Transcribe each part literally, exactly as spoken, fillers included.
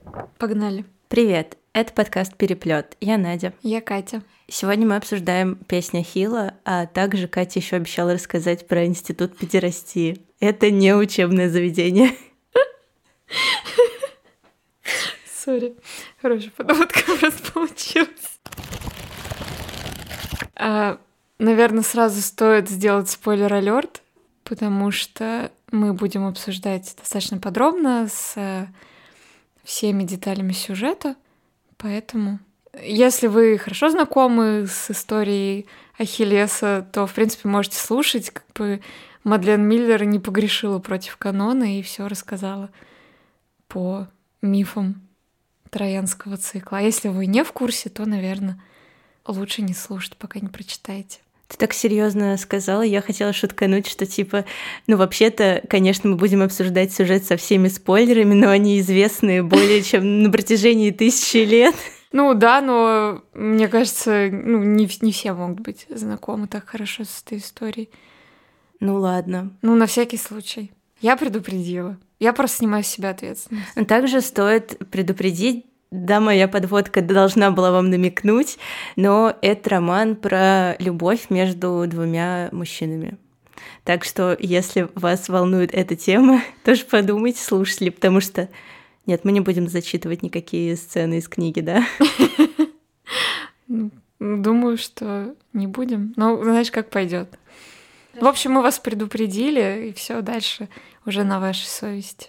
Погнали. Привет, это подкаст «Переплет». Я Надя. Я Катя. Сегодня мы обсуждаем песню Ахилла, а также Катя еще обещала рассказать про институт педерастии. Это не учебное заведение. Сори, хорошая подводка просто получилась. А, наверное, сразу стоит сделать спойлер-алерт, потому что мы будем обсуждать достаточно подробно с всеми деталями сюжета, поэтому если вы хорошо знакомы с историей Ахиллеса, то, в принципе, можете слушать, как бы Мадлен Миллер не погрешила против канона и все рассказала по мифам троянского цикла. А если вы не в курсе, то, наверное, лучше не слушать, пока не прочитаете. Ты так серьезно сказала, я хотела шуткануть, что типа, ну вообще-то, конечно, мы будем обсуждать сюжет со всеми спойлерами, но они известны более чем на протяжении тысячи лет. Ну да, но мне кажется, ну, не, не все могут быть знакомы так хорошо с этой историей. Ну ладно. Ну, на всякий случай. Я предупредила. Я просто снимаю с себя ответственность. Также стоит предупредить, да, моя подводка должна была вам намекнуть, но это роман про любовь между двумя мужчинами. Так что, если вас волнует эта тема, тоже подумайте, слушатели, потому что... Нет, мы не будем зачитывать никакие сцены из книги, да? Думаю, что не будем. Но знаешь, как пойдет. В общем, мы вас предупредили, и все дальше уже на вашей совести.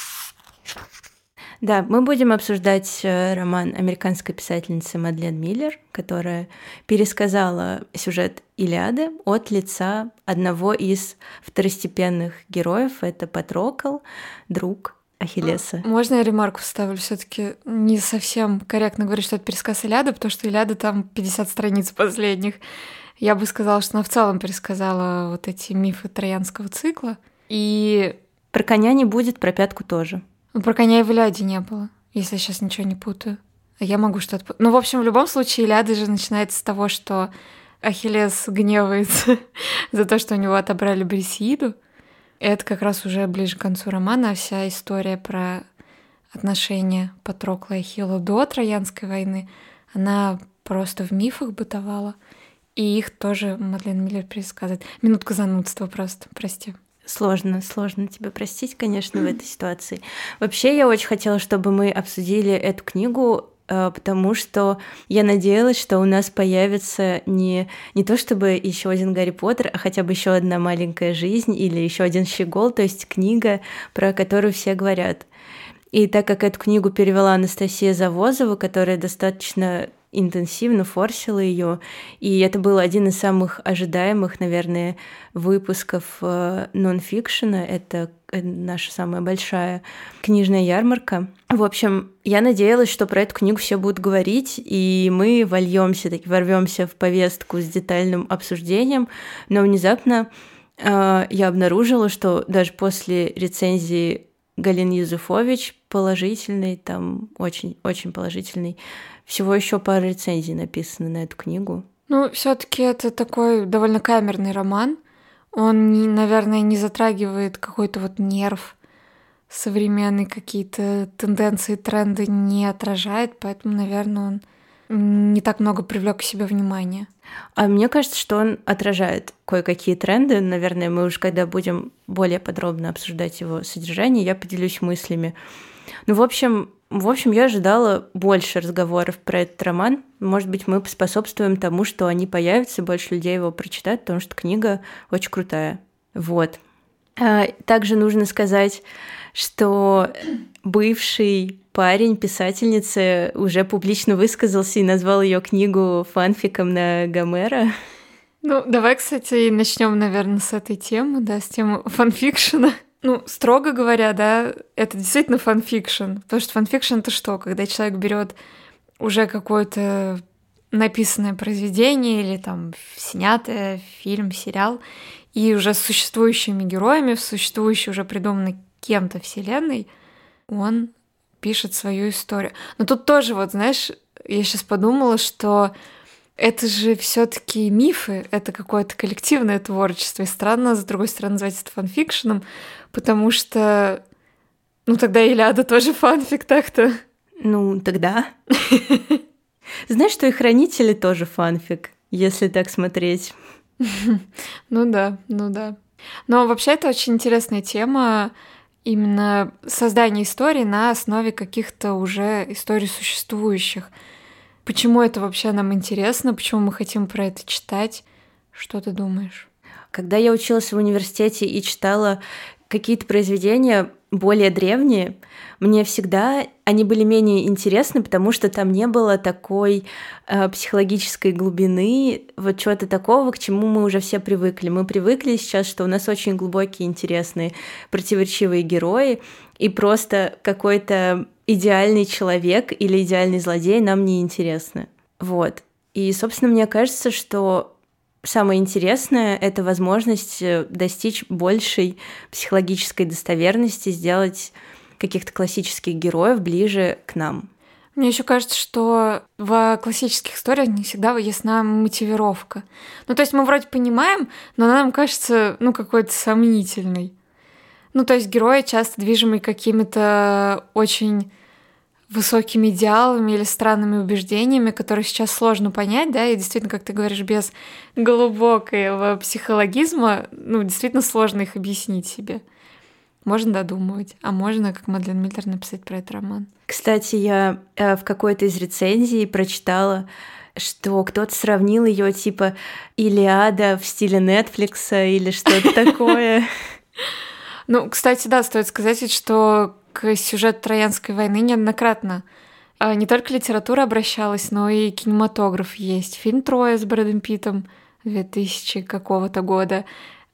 Да, мы будем обсуждать роман американской писательницы Мадлен Миллер, которая пересказала сюжет «Илиады» от лица одного из второстепенных героев. Это Патрокл, друг Ахиллеса. Можно я ремарку вставлю? Все-таки не совсем корректно говорить, что это пересказ «Илиады», потому что «Илиада» там пятьдесят страниц последних. Я бы сказала, что она в целом пересказала вот эти мифы троянского цикла. И... Про коня не будет, про пятку тоже. Ну, про коня и в «Илиаде» не было, если я сейчас ничего не путаю. Я могу что-то... Ну, в общем, в любом случае, «Илиада» же начинается с того, что Ахиллес гневается за то, что у него отобрали Брисиду. Это как раз уже ближе к концу романа, а вся история про отношения Патрокла и Ахилла до Троянской войны, она просто в мифах бытовала. И их тоже Мадлен Миллер пересказывает. Минутка занудства просто, прости. Сложно, сложно тебя простить, конечно, в этой ситуации. Вообще, я очень хотела, чтобы мы обсудили эту книгу, потому что я надеялась, что у нас появится не, не то чтобы еще один Гарри Поттер, а хотя бы еще одна маленькая жизнь или еще один Щегол, то есть книга, про которую все говорят. И так как эту книгу перевела Анастасия Завозова, которая достаточно интенсивно форсила ее, и это был один из самых ожидаемых, наверное, выпусков нон-фикшена. Это наша самая большая книжная ярмарка. В общем, я надеялась, что про эту книгу все будут говорить, и мы вольемся, таки ворвемся в повестку с детальным обсуждением, но внезапно э, я обнаружила, что даже после рецензии Галины Юзефович положительный, там очень-очень положительный, всего еще пара рецензий написано на эту книгу. Ну, все-таки это такой довольно камерный роман. Он, наверное, не затрагивает какой-то вот нерв, современные какие-то тенденции, тренды не отражает, поэтому, наверное, он не так много привлек к себе внимания. А мне кажется, что он отражает кое-какие тренды. Наверное, мы уже когда будем более подробно обсуждать его содержание, я поделюсь мыслями. Ну, в общем, в общем, я ожидала больше разговоров про этот роман. Может быть, мы поспособствуем тому, что они появятся, больше людей его прочитают, потому что книга очень крутая. Вот. Также нужно сказать, что бывший парень писательницы уже публично высказался и назвал ее книгу фанфиком на Гомера. Ну, давай, кстати, начнем, наверное, с этой темы, да, с темы фанфикшена. Ну, строго говоря, да, это действительно фанфикшн, потому что фанфикшн — это что? Когда человек берет уже какое-то написанное произведение или там снятое, фильм, сериал, и уже с существующими героями, в существующей уже придуманной кем-то вселенной, он пишет свою историю. Но тут тоже, вот, знаешь, я сейчас подумала, что это же все-таки мифы, это какое-то коллективное творчество. И странно, с другой стороны, называть это фанфикшеном, потому что, ну, тогда Илиада тоже фанфик так-то. Ну, тогда. Знаешь, что и «Хранители» тоже фанфик, если так смотреть. Ну да, ну да. Но вообще это очень интересная тема, именно создание истории на основе каких-то уже историй существующих. Почему это вообще нам интересно, почему мы хотим про это читать? Что ты думаешь? Когда я училась в университете и читала какие-то произведения более древние, мне всегда они были менее интересны, потому что там не было такой э, психологической глубины, вот чего-то такого, к чему мы уже все привыкли. Мы привыкли сейчас, что у нас очень глубокие, интересные, противоречивые герои, и просто какой-то идеальный человек или идеальный злодей нам не интересны. Вот. И, собственно, мне кажется, что самое интересное — это возможность достичь большей психологической достоверности, сделать каких-то классических героев ближе к нам. Мне еще кажется, что в классических историях не всегда ясна мотивировка. Ну, то есть мы вроде понимаем, но она нам кажется, ну, какой-то сомнительной. Ну, то есть герои часто движимы какими-то очень высокими идеалами или странными убеждениями, которые сейчас сложно понять, да, и действительно, как ты говоришь, без глубокого психологизма, ну, действительно сложно их объяснить себе. Можно додумывать, а можно, как Мадлен Миллер, написать про этот роман. Кстати, я э, в какой-то из рецензий прочитала, что кто-то сравнил ее типа «Илиада» в стиле Нетфликса или что-то такое. Ну, кстати, да, стоит сказать, что к сюжету Троянской войны неоднократно не только литература обращалась, но и кинематограф есть. Фильм «Троя» с Брэдом Питтом две тысячи какого-то года.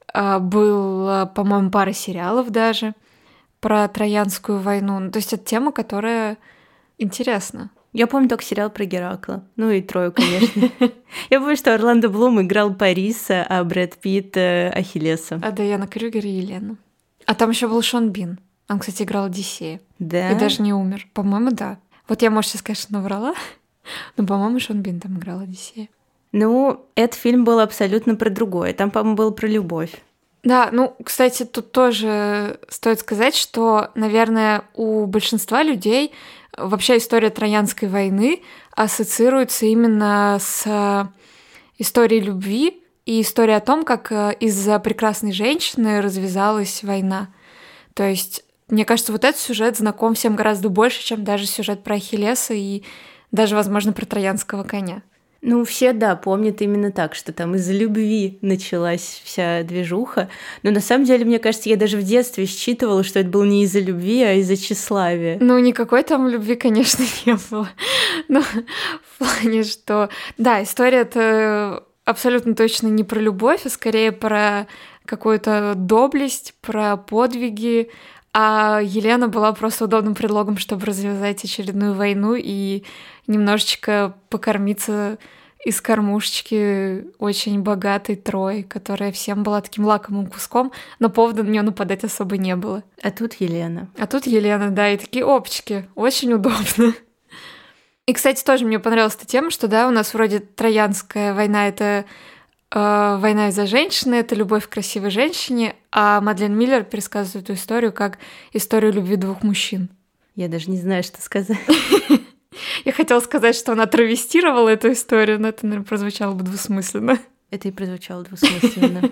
Был, по-моему, пара сериалов даже про Троянскую войну. Ну, то есть это тема, которая интересна. Я помню только сериал про Геракла. Ну и Трою, конечно. Я помню, что Орландо Блум играл Париса, а Брэд Питт — Ахиллеса. А Дайана Крюгер и Елену. А там еще был Шон Бин. Он, кстати, играл Одиссея. Да? И даже не умер. По-моему, да. Вот я, может, сейчас, конечно, наврала, но, по-моему, Шон Бин там играл Одиссея. Ну, этот фильм был абсолютно про другое. Там, по-моему, был про любовь. Да, ну, кстати, тут тоже стоит сказать, что, наверное, у большинства людей вообще история Троянской войны ассоциируется именно с историей любви и историей о том, как из-за прекрасной женщины развязалась война. То есть, мне кажется, вот этот сюжет знаком всем гораздо больше, чем даже сюжет про Ахиллеса и даже, возможно, про Троянского коня. Ну, все, да, помнят именно так, что там из-за любви началась вся движуха. Но на самом деле, мне кажется, я даже в детстве считывала, что это было не из-за любви, а из-за тщеславия. Ну, никакой там любви, конечно, не было. Но в плане, что... Да, история-то абсолютно точно не про любовь, а скорее про какую-то доблесть, про подвиги. А Елена была просто удобным предлогом, чтобы развязать очередную войну и немножечко покормиться из кормушечки очень богатой Трои, которая всем была таким лакомым куском, но повода на нее нападать особо не было. А тут Елена. А тут Елена, да, и такие опчики. Очень удобно. И, кстати, тоже мне понравилась эта тема, что, да, у нас вроде Троянская война — это э, война из-за женщины, это любовь к красивой женщине, а Мадлен Миллер пересказывает эту историю как историю любви двух мужчин. Я даже не знаю, что сказать. Я хотела сказать, что она травестировала эту историю, но это, наверное, прозвучало бы двусмысленно. Это и прозвучало двусмысленно.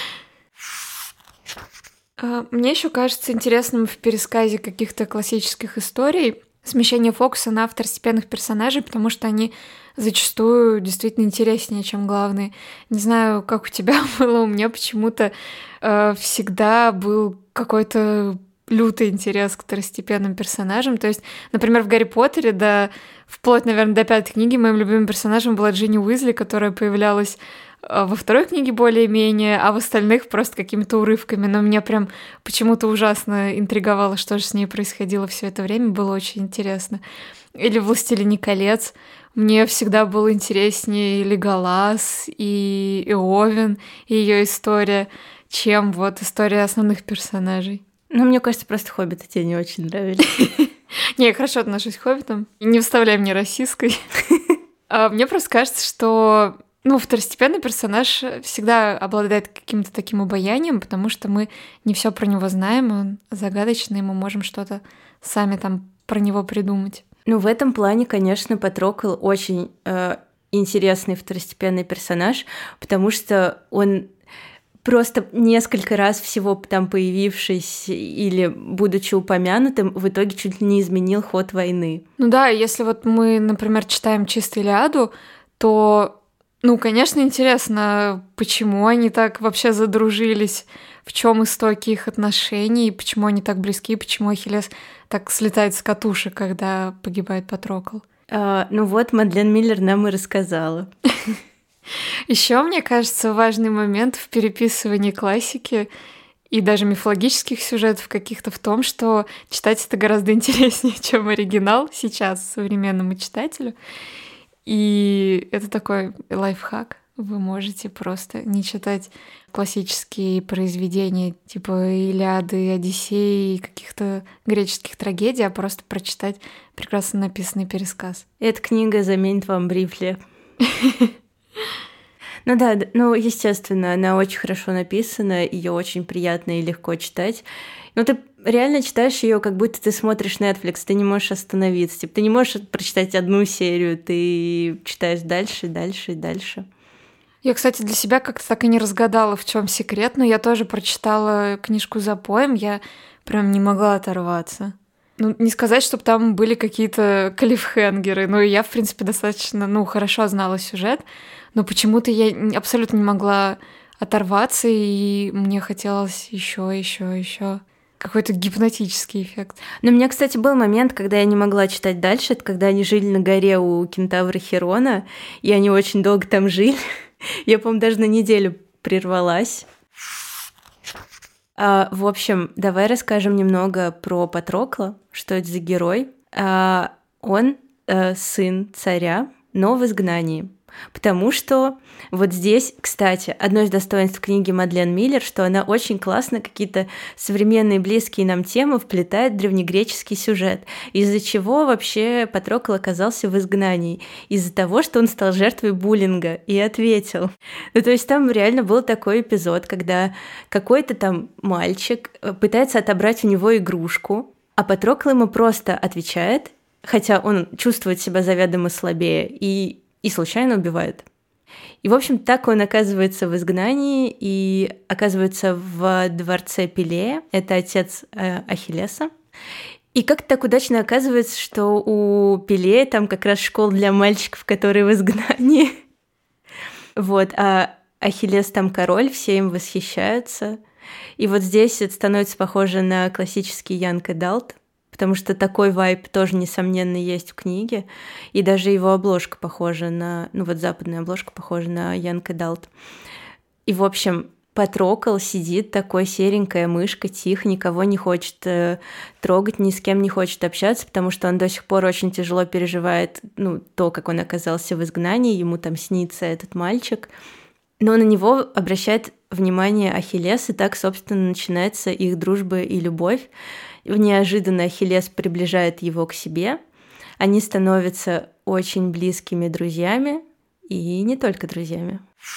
Мне еще кажется интересным в пересказе каких-то классических историй смещение фокуса на второстепенных персонажей, потому что они зачастую действительно интереснее, чем главные. Не знаю, как у тебя было, у меня почему-то э, всегда был какой-то лютый интерес к второстепенным персонажам. То есть, например, в «Гарри Поттере», да, вплоть, наверное, до пятой книги моим любимым персонажем была Джинни Уизли, которая появлялась во второй книге более-менее, а в остальных просто какими-то урывками. Но меня прям почему-то ужасно интриговало, что же с ней происходило все это время. Было очень интересно. Или в «Властелине колец». Мне всегда был интереснее и Леголас, и Эовен, и ее история, чем вот история основных персонажей. Ну, мне кажется, просто «Хоббиты» тебе не очень нравились. Не, я хорошо отношусь к «Хоббитам». Не вставляй мне российской. Мне просто кажется, что ну, второстепенный персонаж всегда обладает каким-то таким обаянием, потому что мы не все про него знаем, он загадочный, мы можем что-то сами там про него придумать. Ну, в этом плане, конечно, Патрокл очень э, интересный второстепенный персонаж, потому что он просто несколько раз всего там появившись или будучи упомянутым, в итоге чуть ли не изменил ход войны. Ну да, если вот мы, например, читаем «Чисто Илиаду», то, ну, конечно, интересно, почему они так вообще задружились, в чем истоки их отношений, почему они так близки, почему Ахиллес так слетает с катушек, когда погибает Патрокл. А, ну вот, Мадлен Миллер нам и рассказала. Еще, мне кажется, важный момент в переписывании классики и даже мифологических сюжетов каких-то в том, что читать это гораздо интереснее, чем оригинал сейчас современному читателю. И это такой лайфхак. Вы можете просто не читать классические произведения типа Илиады, Одиссеи, каких-то греческих трагедий, а просто прочитать прекрасно написанный пересказ. Эта книга заменит вам Брифли. Ну да, ну, естественно, она очень хорошо написана, ее очень приятно и легко читать. Но ты реально читаешь ее, как будто ты смотришь Netflix, ты не можешь остановиться. Типа, ты не можешь прочитать одну серию, ты читаешь дальше, дальше и дальше. Я, кстати, для себя как-то так и не разгадала, в чем секрет, но я тоже прочитала книжку «Запоем», я прям не могла оторваться. Ну, не сказать, чтобы там были какие-то клиффхенгеры, но я, в принципе, достаточно, ну, хорошо знала сюжет, но почему-то я абсолютно не могла оторваться, и мне хотелось еще, еще, еще. Какой-то гипнотический эффект. Но у меня, кстати, был момент, когда я не могла читать дальше, это когда они жили на горе у кентавра Херона, и они очень долго там жили. Я, по-моему, даже на неделю прервалась. А, в общем, давай расскажем немного про Патрокла, что это за герой. А, он а, сын царя, но в изгнании. Потому что вот здесь, кстати, одно из достоинств книги Мадлен Миллер, что она очень классно какие-то современные близкие нам темы вплетает в древнегреческий сюжет, из-за чего вообще Патрокл оказался в изгнании. Из-за того, что он стал жертвой буллинга и ответил. Ну, то есть там реально был такой эпизод, когда какой-то там мальчик пытается отобрать у него игрушку, а Патрокл ему просто отвечает, хотя он чувствует себя заведомо слабее, и и случайно убивает. И, в общем, так он оказывается в изгнании и оказывается в дворце Пелея. Это отец э, Ахиллеса. И как-то так удачно оказывается, что у Пелея там как раз школа для мальчиков, которые в изгнании. Вот, а Ахиллес там король, все им восхищаются. И вот здесь это становится похоже на классический Янг Эдалт, потому что такой вайб тоже, несомненно, есть в книге, и даже его обложка похожа на... Ну вот западная обложка похожа на Янг Эдалт. И, в общем, Патрокл сидит, такой серенькая мышка, тихо, никого не хочет э, трогать, ни с кем не хочет общаться, потому что он до сих пор очень тяжело переживает, ну, то, как он оказался в изгнании, ему там снится этот мальчик. Но на него обращает внимание Ахиллес, и так, собственно, начинается их дружба и любовь. Неожиданно Ахиллес приближает его к себе. Они становятся очень близкими друзьями, и не только друзьями.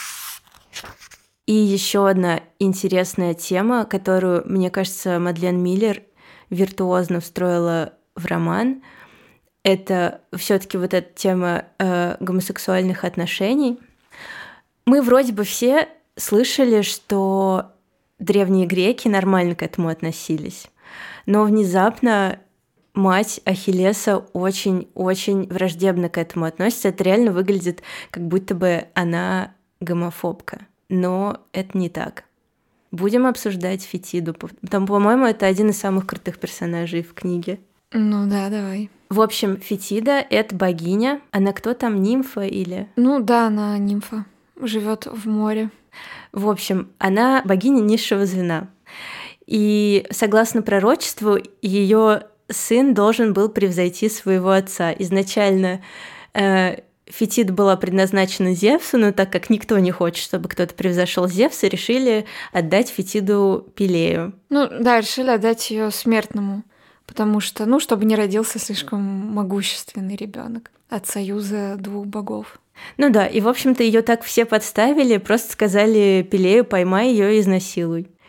И еще одна интересная тема, которую, мне кажется, Мадлен Миллер виртуозно встроила в роман, это все-таки вот эта тема э, гомосексуальных отношений. Мы вроде бы все слышали, что древние греки нормально к этому относились. Но внезапно мать Ахиллеса очень-очень враждебно к этому относится. Это реально выглядит, как будто бы она гомофобка. Но это не так. Будем обсуждать Фетиду. Там, по-моему, это один из самых крутых персонажей в книге. Ну да, давай. В общем, Фетида — это богиня. Она кто там, нимфа или... Ну да, она нимфа. Живет в море. В общем, она богиня низшего звена. И согласно пророчеству, ее сын должен был превзойти своего отца. Изначально э, Фетида была предназначена Зевсу, но так как никто не хочет, чтобы кто-то превзошел Зевса, решили отдать Фетиду Пелею. Ну да, решили отдать ее смертному, потому что, ну, чтобы не родился слишком могущественный ребенок от союза двух богов. Ну да, и, в общем-то, ее так все подставили, просто сказали Пелею: поймай ее и изнасилуй.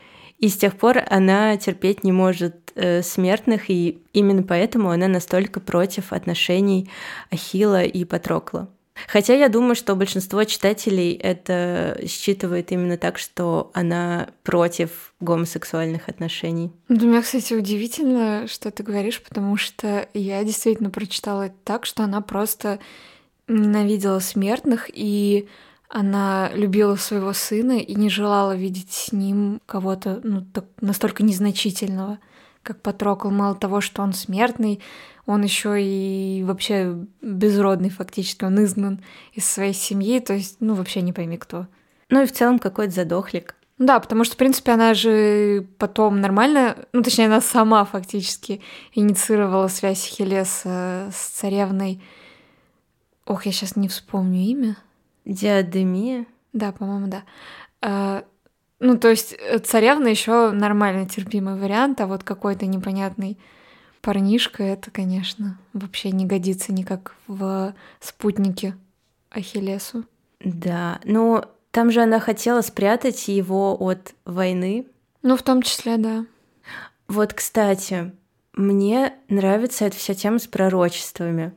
И с тех пор она терпеть не может э, смертных, и именно поэтому она настолько против отношений Ахилла и Патрокла. Хотя я думаю, что большинство читателей это считывает именно так, что она против гомосексуальных отношений. Для меня, кстати, удивительно, что ты говоришь, потому что я действительно прочитала это так, что она просто ненавидела смертных, и она любила своего сына и не желала видеть с ним кого-то ну, так, настолько незначительного, как Патрокл. Мало того, что он смертный, он еще и вообще безродный фактически, он изгнан из своей семьи, то есть, ну, вообще не пойми кто. Ну и в целом какой-то задохлик. Да, потому что, в принципе, она же потом нормально, ну, точнее, она сама фактически инициировала связь Ахиллеса с царевной. Ох, я сейчас не вспомню имя. Диадемия? Да, по-моему, да. А, ну, то есть царевна еще нормально терпимый вариант, а вот какой-то непонятный парнишка, это, конечно, вообще не годится никак в спутнике Ахиллесу. Да, но там же она хотела спрятать его от войны. Ну, в том числе, да. Вот, кстати, мне нравится эта вся тема с пророчествами.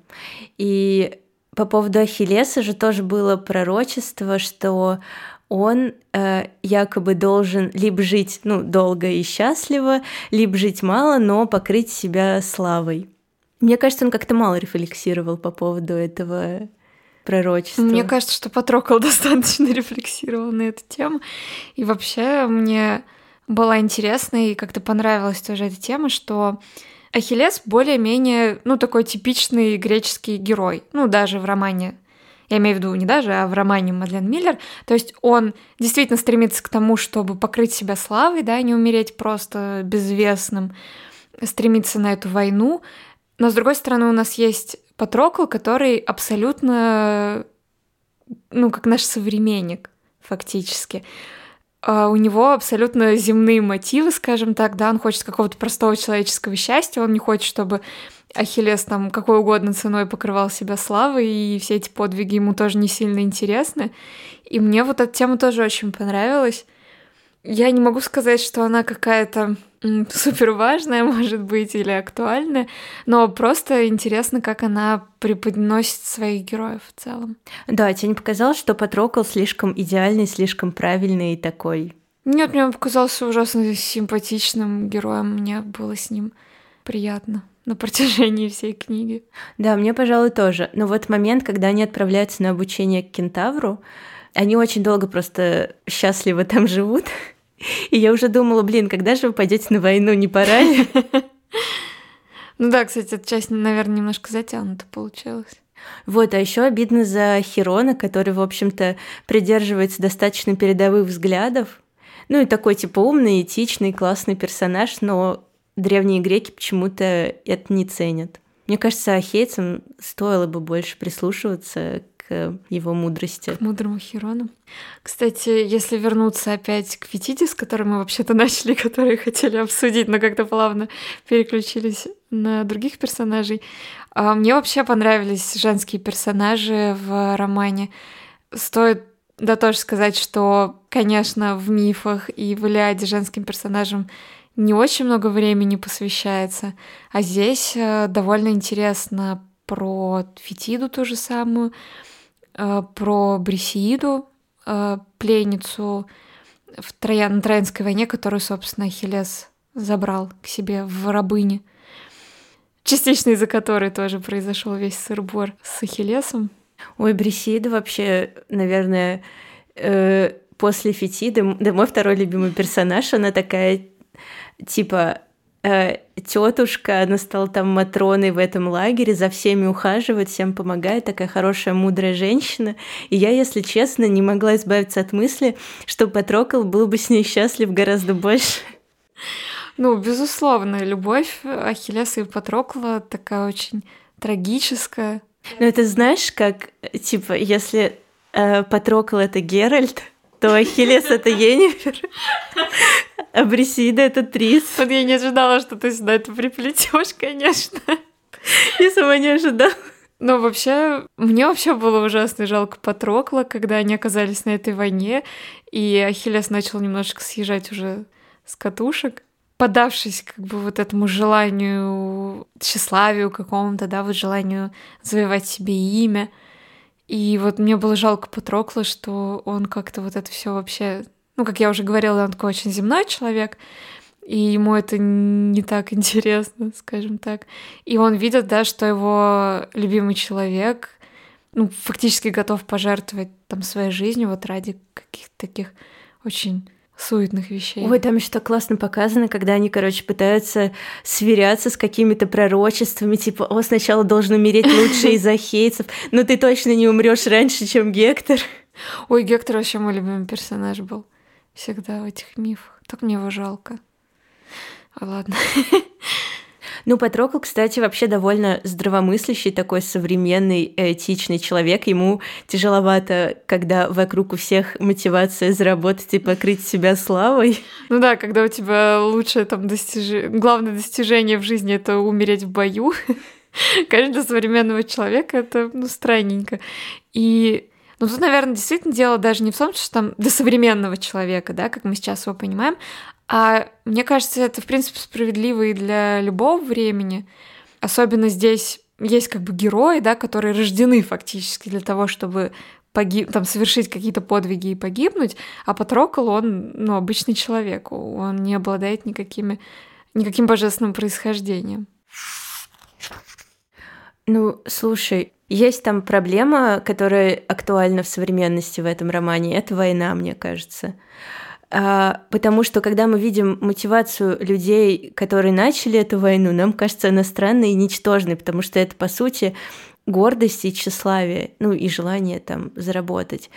И по поводу Ахиллеса же тоже было пророчество, что он э, якобы должен либо жить ну, долго и счастливо, либо жить мало, но покрыть себя славой. Мне кажется, он как-то мало рефлексировал по поводу этого пророчества. Мне кажется, что Патрокл достаточно рефлексировал на эту тему. И вообще мне была интересна и как-то понравилась тоже эта тема, что Ахиллес более-менее, ну, такой типичный греческий герой. Ну, даже в романе, я имею в виду не даже, а в романе Мадлен Миллер. То есть он действительно стремится к тому, чтобы покрыть себя славой, да, не умереть просто безвестным, стремится на эту войну. Но, с другой стороны, у нас есть Патрокл, который абсолютно, ну, как наш современник, фактически. Uh, у него абсолютно земные мотивы, скажем так, да, он хочет какого-то простого человеческого счастья, он не хочет, чтобы Ахиллес там какой угодно ценой покрывал себя славой, и все эти подвиги ему тоже не сильно интересны. И мне вот эта тема тоже очень понравилась. Я не могу сказать, что она какая-то м, супер важная, может быть, или актуальная, но просто интересно, как она преподносит своих героев в целом. Да, тебе не показалось, что Патрокл слишком идеальный, слишком правильный такой? Нет, мне он показался ужасно симпатичным героем, мне было с ним приятно на протяжении всей книги. Да, мне, пожалуй, тоже. Но вот момент, когда они отправляются на обучение к кентавру, они очень долго просто счастливо там живут. И я уже думала, блин, когда же вы пойдете на войну, не пора ли? Ну да, кстати, эта часть, наверное, немножко затянута получилась. Вот, а еще обидно за Хирона, который, в общем-то, придерживается достаточно передовых взглядов. Ну и такой, типа, умный, этичный, классный персонаж, но древние греки почему-то это не ценят. Мне кажется, ахейцам стоило бы больше прислушиваться к его мудрости. К мудрому Хирону. Кстати, если вернуться опять к Фетиде, с которой мы вообще-то начали, которые хотели обсудить, но как-то плавно переключились на других персонажей, мне вообще понравились женские персонажи в романе. Стоит да тоже сказать, что, конечно, в мифах и в Илиаде женским персонажам не очень много времени посвящается, а здесь довольно интересно про Фетиду ту же самую, про Брисеиду, пленницу в Троян, на Троянской войне, которую, собственно, Ахиллес забрал к себе в рабыни, частично из-за которой тоже произошел весь сыр-бор с Ахиллесом. Ой, Брисеида вообще, наверное, э, после Фетиды, да, мой второй любимый персонаж, она такая, типа, э, тетушка, она стала там Матроной в этом лагере, за всеми ухаживает, всем помогает, такая хорошая, мудрая женщина. И я, если честно, не могла избавиться от мысли, что Патрокл был бы с ней счастлив гораздо больше. Ну, безусловно, любовь Ахиллеса и Патрокла такая очень трагическая. Ну, это знаешь, как, типа, если э, Патрокл — это Геральт, то Ахиллес — это Йеннифер, а Брисеида — это Трис. Вот я не ожидала, что ты сюда это приплетешь, конечно. Я сама не ожидала. Но вообще, мне вообще было ужасно жалко Патрокла, когда они оказались на этой войне, и Ахиллес начал немножечко съезжать уже с катушек, поддавшись как бы вот этому желанию, тщеславию какому-то, да, вот желанию завоевать себе имя. И вот мне было жалко Патрокла, что он как-то вот это все вообще... Ну, как я уже говорила, он такой очень земной человек, и ему это не так интересно, скажем так. И он видит, да, что его любимый человек, ну, фактически готов пожертвовать там своей жизнью вот ради каких-то таких очень суетных вещей. Ой, там еще так классно показано, когда они, короче, пытаются сверяться с какими-то пророчествами, типа, о, сначала должен умереть лучший из ахейцев, но ты точно не умрешь раньше, чем Гектор. Ой, Гектор вообще мой любимый персонаж был. Всегда в этих мифах. Так мне его жалко. А ладно. Ну, Патрокл, кстати, вообще довольно здравомыслящий, такой современный, этичный человек. Ему тяжеловато, когда вокруг у всех мотивация заработать и покрыть себя славой. Ну да, когда у тебя лучшее там достижение, главное достижение в жизни — это умереть в бою. Конечно, для современного человека это, ну, странненько. И ну, тут, наверное, действительно дело даже не в том, что там для современного человека, да, как мы сейчас его понимаем, а мне кажется, это, в принципе, справедливо и для любого времени. Особенно здесь есть как бы герои, да, которые рождены фактически для того, чтобы погиб... там, совершить какие-то подвиги и погибнуть, а Патрокл, он, ну, обычный человек, он не обладает никакими... никаким божественным происхождением. Ну, слушай, есть там проблема, которая актуальна в современности в этом романе. Это война, мне кажется. А, потому что, когда мы видим мотивацию людей, которые начали эту войну, нам кажется она странной и ничтожной, потому что это, по сути, гордость и тщеславие, ну и желание там заработать.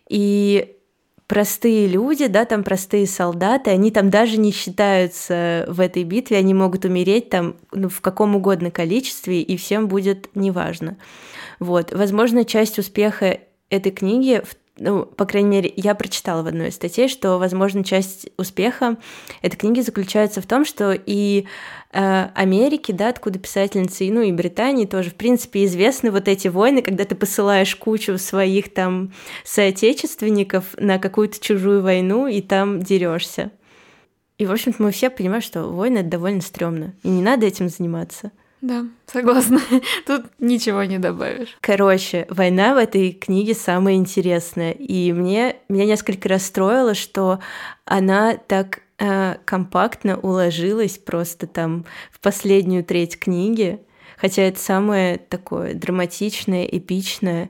И простые люди, да, там простые солдаты, они там даже не считаются в этой битве, они могут умереть там, ну, в каком угодно количестве, и всем будет неважно. Вот. Возможно, часть успеха этой книги, ну, по крайней мере, я прочитала в одной из статей, что, возможно, часть успеха этой книги заключается в том, что и э, Америке, да, откуда писательницы, и, ну, и Британии тоже, в принципе, известны вот эти войны, когда ты посылаешь кучу своих там соотечественников на какую-то чужую войну, и там дерешься. И, в общем-то, мы все понимаем, что войны — это довольно стрёмно, и не надо этим заниматься. Да, согласна. Тут ничего не добавишь. Короче, война в этой книге самая интересная. И мне, меня несколько расстроило, что она так э, компактно уложилась просто там в последнюю треть книги. Хотя это самое такое драматичное, эпичное.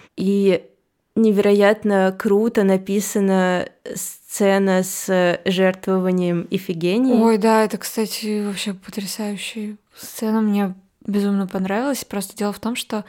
И невероятно круто написана сцена с жертвованием Ифигении. Ой, да, это, кстати, вообще потрясающая сцена. Мне безумно понравилась. Просто дело в том, что,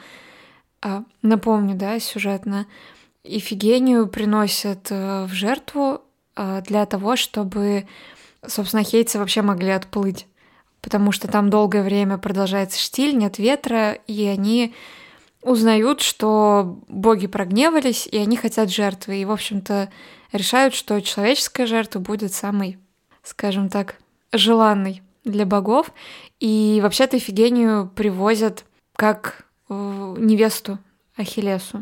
напомню, да, сюжетно, Ифигению приносят в жертву для того, чтобы, собственно, ахейцы вообще могли отплыть. Потому что там долгое время продолжается штиль, нет ветра, и они узнают, что боги прогневались, и они хотят жертвы. И, в общем-то, решают, что человеческая жертва будет самой, скажем так, желанной для богов. И вообще-то Ифигению привозят как невесту Ахиллесу.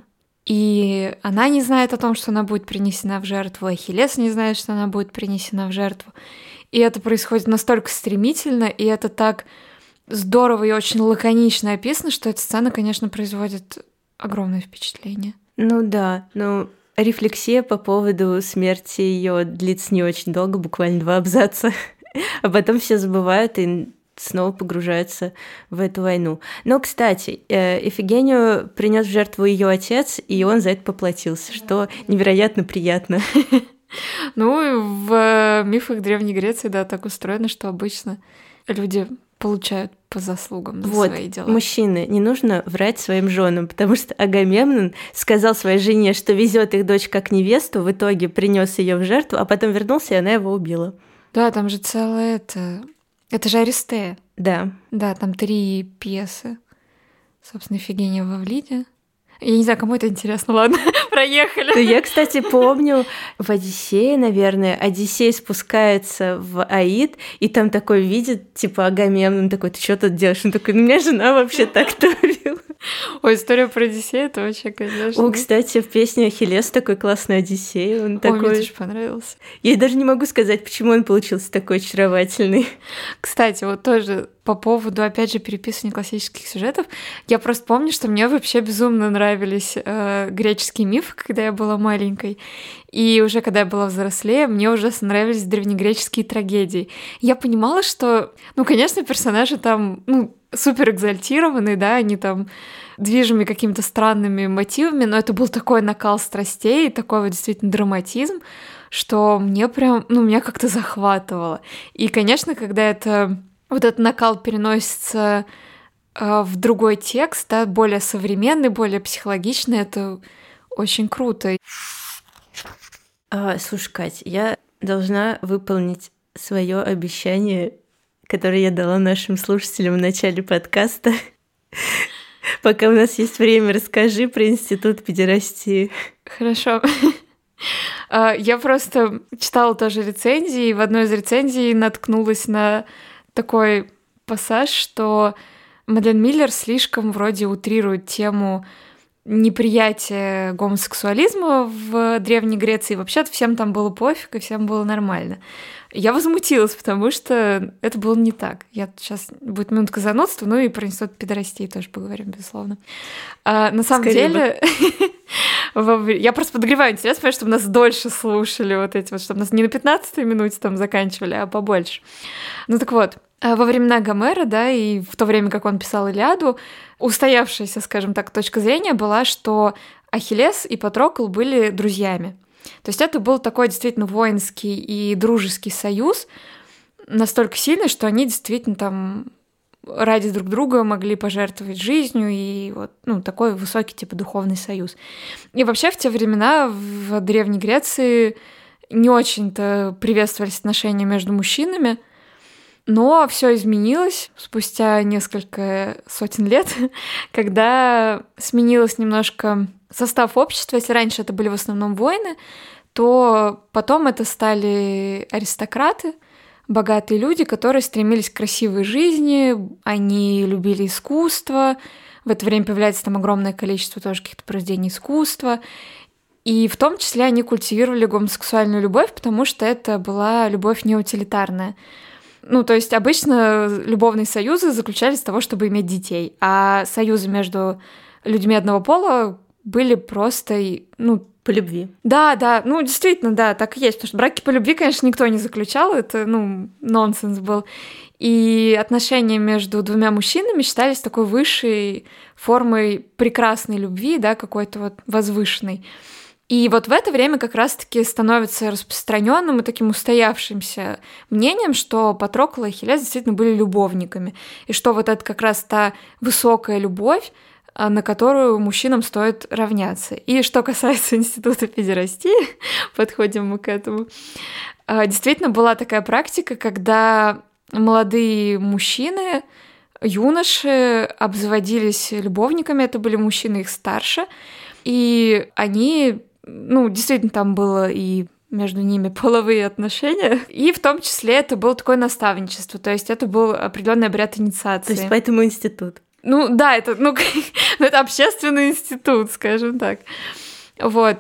И она не знает о том, что она будет принесена в жертву, Ахиллес не знает, что она будет принесена в жертву. И это происходит настолько стремительно, и это так здорово и очень лаконично описано, что эта сцена, конечно, производит огромное впечатление. Ну да, ну рефлексия по поводу смерти ее длится не очень долго, буквально два абзаца, а потом все забывают и снова погружаются в эту войну. Но, кстати, Ифигению принес в жертву ее отец, и он за это поплатился, что невероятно приятно. Ну, в мифах Древней Греции, да, так устроено, что обычно люди получают по заслугам за вот, свои дела. Мужчины, не нужно врать своим женам, потому что Агамемнон сказал своей жене, что везет их дочь как невесту, в итоге принес ее в жертву, а потом вернулся, и она его убила. Да, там же целое это... Это же Аристея. Да. Да, там три пьесы. Собственно, Ифигения в Авлиде. Я не знаю, кому это интересно, ладно, проехали. Ну, я, кстати, помню в «Одиссее», наверное, Одиссей спускается в Аид, и там такой видит, типа, Агамемнон такой: ты что тут делаешь? Он такой: ну, у меня жена вообще так творила. Ой, история про Одиссея, это вообще, конечно. О, кстати, в песне Ахиллес такой классный Одиссей. Он Ой, такой... мне тоже понравился. Я даже не могу сказать, почему он получился такой очаровательный. Кстати, вот тоже по поводу, опять же, переписывания классических сюжетов, я просто помню, что мне вообще безумно нравились э, греческие мифы, когда я была маленькой. И уже когда я была взрослее, мне ужасно нравились древнегреческие трагедии. Я понимала, что, ну, конечно, персонажи там, ну, супер экзальтированные, да, они там движимы какими-то странными мотивами, но это был такой накал страстей, такой вот действительно драматизм, что мне прям, ну, меня как-то захватывало. И, конечно, когда это, вот этот накал переносится э, в другой текст, да, более современный, более психологичный, это очень круто. А, слушай, Кать, я должна выполнить свое обещание, которое я дала нашим слушателям в начале подкаста. Пока у нас есть время, расскажи про институт педерастии. Хорошо. Я просто читала тоже рецензии, и в одной из рецензий наткнулась на такой пассаж, что Мадлен Миллер слишком вроде утрирует тему неприятия гомосексуализма в Древней Греции. Вообще-то всем там было пофиг, и всем было нормально. Я возмутилась, потому что это было не так. Я сейчас будет минутка занудства, ну и про институт педерастии тоже поговорим, безусловно. А, на самом Скорее деле, я просто подогреваю интерес, потому чтобы нас дольше слушали вот эти вот, чтобы нас не на пятнадцатой минуте там заканчивали, а побольше. Ну так вот, во времена Гомера, да, и в то время, как он писал Илиаду, устоявшаяся, скажем так, точка зрения была, что Ахиллес и Патрокл были друзьями. То есть это был такой действительно воинский и дружеский союз, настолько сильный, что они действительно там ради друг друга могли пожертвовать жизнью, и вот, ну, такой высокий типа духовный союз. И вообще в те времена в Древней Греции не очень-то приветствовались отношения между мужчинами, но все изменилось спустя несколько сотен лет, когда сменилось немножко состав общества. Если раньше это были в основном воины, то потом это стали аристократы, богатые люди, которые стремились к красивой жизни, они любили искусство. В это время появляется там огромное количество тоже каких-то произведений искусства. И в том числе они культивировали гомосексуальную любовь, потому что это была любовь неутилитарная. Ну, то есть обычно любовные союзы заключались из того, чтобы иметь детей, а союзы между людьми одного пола были просто, ну... По любви. Да, да, ну, действительно, да, так и есть, потому что браки по любви, конечно, никто не заключал, это, ну, нонсенс был. И отношения между двумя мужчинами считались такой высшей формой прекрасной любви, да, какой-то вот возвышенной. И вот в это время как раз-таки становится распространенным и таким устоявшимся мнением, что Патрокл и Ахиллес действительно были любовниками, и что вот это как раз та высокая любовь, на которую мужчинам стоит равняться. И что касается института педерастии, подходим мы к этому, действительно была такая практика, когда молодые мужчины, юноши обзаводились любовниками, это были мужчины их старше, и они... Ну, действительно, там было и между ними половые отношения, и в том числе это было такое наставничество, то есть это был определенный обряд инициации. То есть поэтому институт. Ну, да, это, ну, это общественный институт, скажем так. Вот,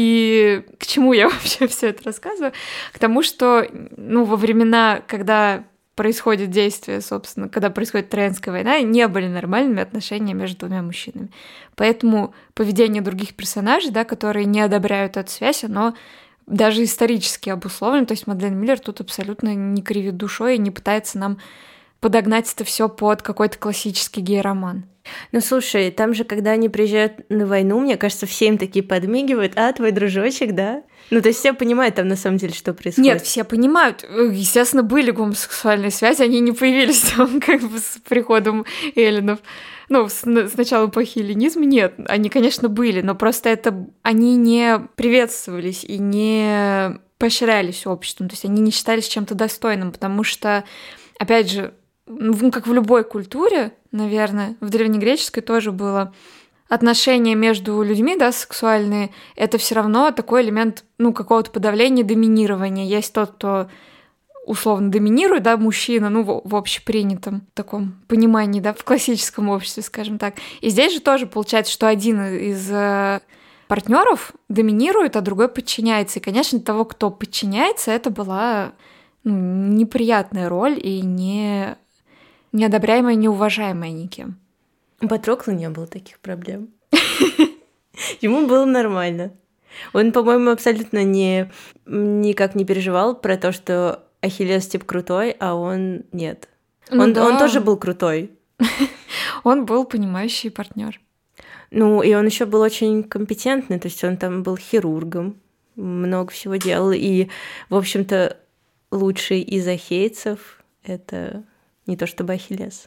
и к чему я вообще все это рассказываю? К тому, что, ну, во времена, когда происходит действие, собственно, когда происходит Троянская война, не были нормальными отношения между двумя мужчинами. Поэтому поведение других персонажей, да, которые не одобряют эту связь, оно даже исторически обусловлено. То есть Мадлен Миллер тут абсолютно не кривит душой и не пытается нам подогнать это все под какой-то классический гей-роман. Ну, слушай, там же, когда они приезжают на войну, мне кажется, все им такие подмигивают, а, твой дружочек, да? Ну, то есть все понимают там на самом деле, что происходит. Нет, все понимают. Естественно, были гомосексуальные связи, они не появились там как бы с приходом эллинов. Ну, с, с начала эпохи эллинизма нет, они, конечно, были, но просто это они не приветствовались и не поощрялись обществом, то есть они не считались чем-то достойным, потому что, опять же, ну, как в любой культуре, наверное, в древнегреческой тоже было отношения между людьми, да, сексуальные, это все равно такой элемент, ну, какого-то подавления, доминирования. Есть тот, кто условно доминирует, да, мужчина, ну, в, в общепринятом таком понимании, да, в классическом обществе, скажем так. И здесь же тоже получается, что один из э, партнеров доминирует, а другой подчиняется. И, конечно, для того, кто подчиняется, это была ну, неприятная роль и не неодобряемая, неуважаемая никем. У Патрокла не было таких проблем. Ему было нормально. Он, по-моему, абсолютно не, никак не переживал про то, что Ахиллес тип крутой, а он нет. Ну он, да. он тоже был крутой. Он был понимающий партнер. Ну, и он еще был очень компетентный, то есть он там был хирургом, много всего делал. И, в общем-то, лучший из ахейцев — это не то чтобы Ахиллес.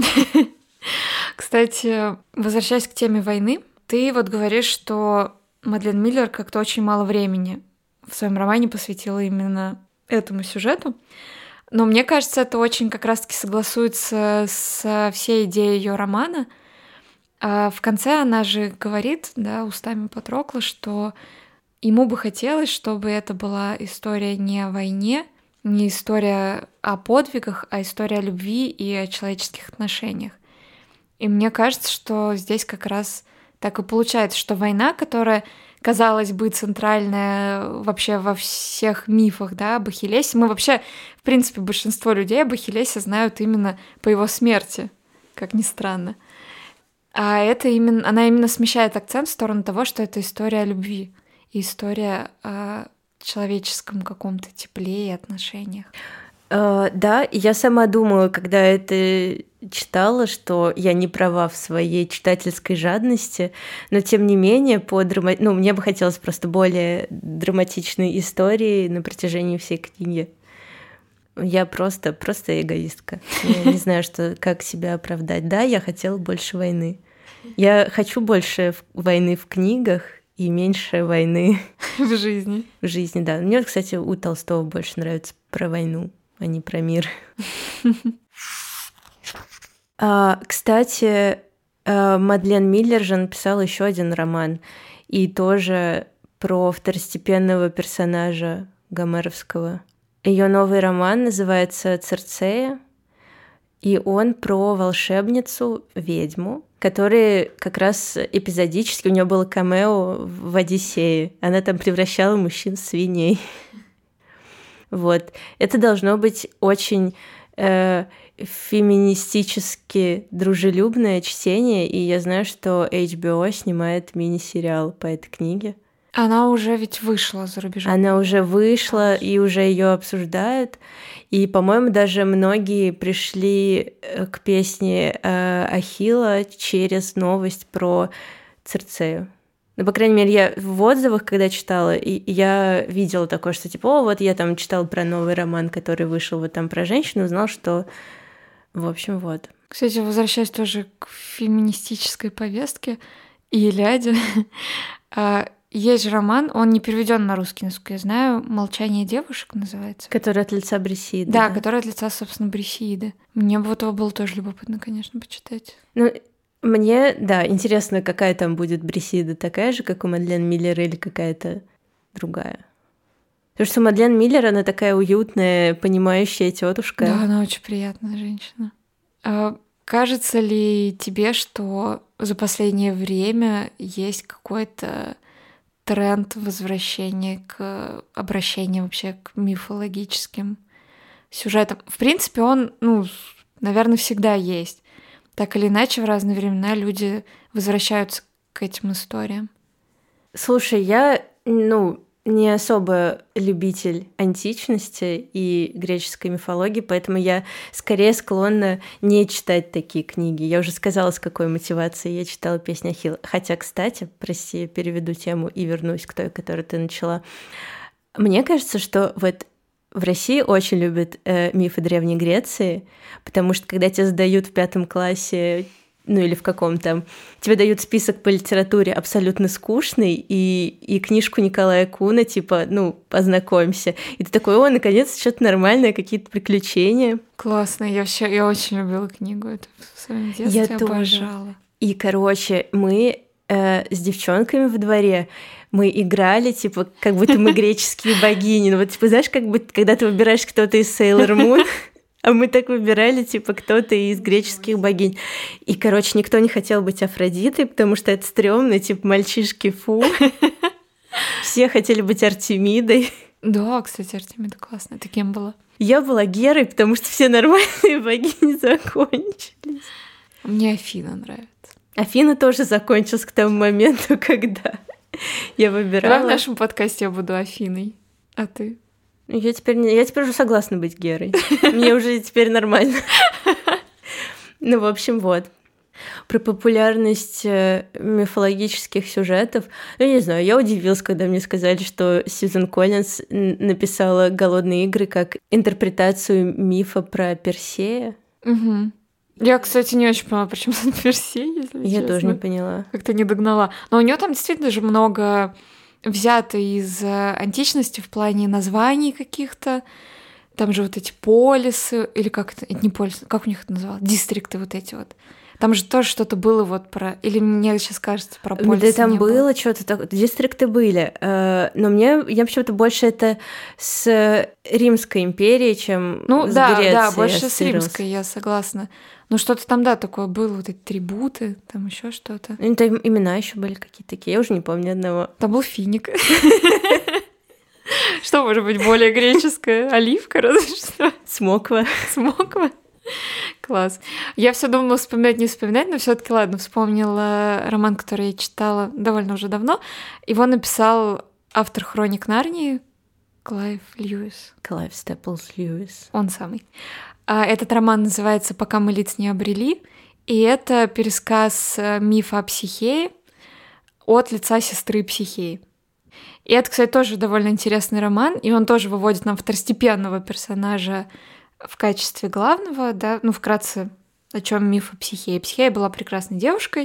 Кстати, возвращаясь к теме войны, ты вот говоришь, что Мадлен Миллер как-то очень мало времени в своем романе посвятила именно этому сюжету. Но мне кажется, это очень как раз-таки согласуется со всей идеей ее романа. А в конце она же говорит, да, устами Патрокла, что ему бы хотелось, чтобы это была история не о войне, не история о подвигах, а история о любви и о человеческих отношениях. И мне кажется, что здесь как раз так и получается, что война, которая, казалось бы, центральная вообще во всех мифах, да, об Ахиллесе, мы вообще, в принципе, большинство людей об Ахиллесе знают именно по его смерти, как ни странно. А это именно, она именно смещает акцент в сторону того, что это история о любви, и история о человеческом каком-то тепле и отношениях. Uh, да, я сама думала, когда это читала, что я не права в своей читательской жадности, но тем не менее, по драма... ну, мне бы хотелось просто более драматичной истории на протяжении всей книги. Я просто, просто эгоистка. Я не знаю, что, как себя оправдать. Да, я хотела больше войны. Я хочу больше войны в книгах и меньше войны в жизни. В жизни, да. Мне, кстати, у Толстого больше нравится про войну, а не про мир. а, кстати, Мадлен Миллер же написала еще один роман, и тоже про второстепенного персонажа гомеровского. Ее новый роман называется «Цирцея», и он про волшебницу-ведьму, которая как раз эпизодически, у нее было камео в «Одиссее». Она там превращала мужчин в свиней. Вот. Это должно быть очень э, феминистически дружелюбное чтение, и я знаю, что эйч би о снимает мини-сериал по этой книге. Она уже ведь вышла за рубежом. Она уже вышла, и уже ее обсуждают. И, по-моему, даже многие пришли к песне э, Ахилла через новость про Цирцею. Ну, по крайней мере, я в отзывах, когда читала, и я видела такое, что типа, о, вот я там читала про новый роман, который вышел вот там про женщину, узнал, что, в общем, вот. Кстати, возвращаясь тоже к феминистической повестке и Иляде, есть же роман, он не переведен на русский, насколько я знаю, «Молчание девушек» называется. Который от лица Брисиды. Да, да, который от лица, собственно, Брисиды. Мне бы вот его было тоже любопытно, конечно, почитать. Ну, мне, да, интересно, какая там будет Брисида, такая же, как у Мадлен Миллер, или какая-то другая. Потому что Мадлен Миллер, она такая уютная, понимающая тетушка. Да, она очень приятная женщина. А кажется ли тебе, что за последнее время есть какой-то тренд возвращения к обращению вообще к мифологическим сюжетам? В принципе, он, ну, наверное, всегда есть. Так или иначе, в разные времена люди возвращаются к этим историям. Слушай, я, ну, не особо любитель античности и греческой мифологии, поэтому я скорее склонна не читать такие книги. Я уже сказала, с какой мотивацией я читала «Песнь Ахилла». Хотя, кстати, прости, я переведу тему и вернусь к той, которую ты начала. Мне кажется, что вот в России очень любят э, мифы Древней Греции, потому что когда тебя задают в пятом классе, ну или в каком-то, тебе дают список по литературе абсолютно скучный, и, и книжку Николая Куна, типа, ну, познакомься. И ты такой, о, наконец, что-то нормальное, какие-то приключения. Классно, я вообще, я очень любила книгу эту в своем детстве, я обожала. И, короче, мы э, с девчонками во дворе мы играли, типа, как будто мы греческие богини. Ну вот, типа, знаешь, как будто, когда ты выбираешь кто-то из Sailor Moon, а мы так выбирали, типа, кто-то из греческих богинь. И, короче, никто не хотел быть Афродитой, потому что это стрёмно, типа, мальчишки, фу. Все хотели быть Артемидой. Да, кстати, Артемида классная. Ты кем была? Я была Герой, потому что все нормальные богини закончились. Мне Афина нравится. Афина тоже закончилась к тому моменту, когда я выбирала. Давай в нашем подкасте я буду Афиной. А ты? Я теперь, не... я теперь уже согласна быть Герой. Мне уже теперь нормально. Ну, в общем, вот. Про популярность мифологических сюжетов. Ну, не знаю, я удивилась, когда мне сказали, что Сьюзен Коллинз написала «Голодные игры» как интерпретацию мифа про Персея. Угу. Я, кстати, не очень поняла, почему тут Персей, если Я честно. тоже не поняла. Как-то не догнала. Но у нее там действительно же много взято из античности в плане названий каких-то. Там же вот эти полисы, или как это, это не полисы, как у них это называлось? Дистрикты вот эти вот. Там же тоже что-то было вот про... Или мне сейчас кажется, про полисы да, там не было, было что-то такое. Дистрикты были. Но мне, я почему-то больше это с Римской империей, чем ну, с да, Грецией. да, больше с Римской, я согласна. Ну, что-то там, да, такое было, вот эти трибуты, там еще что-то. Ну, там имена еще были какие-то такие, я уже не помню одного. Там был финик. Что может быть более греческое? Оливка, разве что? Смоква. Смоква. Класс. Я все думала вспоминать, не вспоминать, но все-таки ладно, вспомнила роман, который я читала довольно уже давно. Его написал автор «Хроник Нарнии» Клайв Льюис. Клайв Степлс Льюис. Он самый. Этот роман называется «Пока мы лиц не обрели», и это пересказ мифа о Психее от лица сестры Психеи. И это, кстати, тоже довольно интересный роман, и он тоже выводит нам второстепенного персонажа в качестве главного, да, ну, вкратце, о чем миф о Психее. Психея была прекрасной девушкой,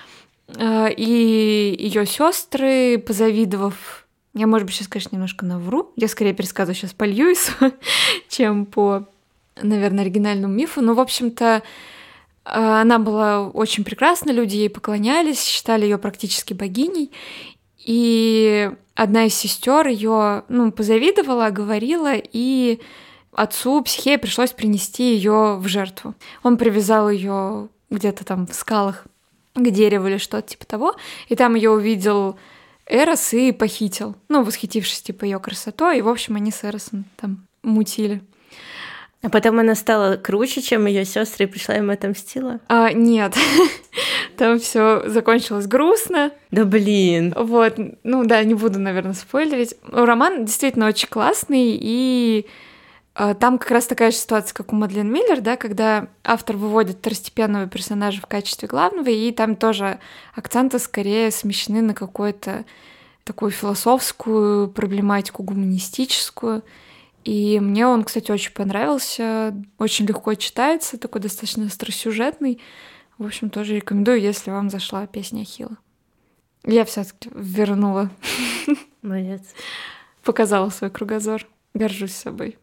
и ее сестры, позавидовав, я, может быть, сейчас, конечно, немножко навру, я скорее пересказываю сейчас по Льюису, чем по, наверное, оригинальному мифу, но, в общем-то, она была очень прекрасна, люди ей поклонялись, считали ее практически богиней, и одна из сестер ее, ну, позавидовала, говорила, и отцу Психее пришлось принести ее в жертву. Он привязал ее где-то там в скалах к дереву или что-то типа того, и там ее увидел Эрос и похитил, ну, восхитившись типа ее красотой, и, в общем, они с Эросом там мутили. А потом она стала круче, чем ее сестры, и пришла им отомстила? А, нет, там все закончилось грустно. Да блин. Вот, ну да, не буду, наверное, спойлерить. Роман действительно очень классный, и а, там как раз такая же ситуация, как у Мадлен Миллер, да, когда автор выводит второстепенного персонажа в качестве главного, и там тоже акценты скорее смещены на какую-то такую философскую проблематику, гуманистическую. И мне он, кстати, очень понравился, очень легко читается, такой достаточно остросюжетный. В общем, тоже рекомендую, если вам зашла песня Ахилла. Я все-таки вернула. Молодец. Показала свой кругозор. Горжусь собой.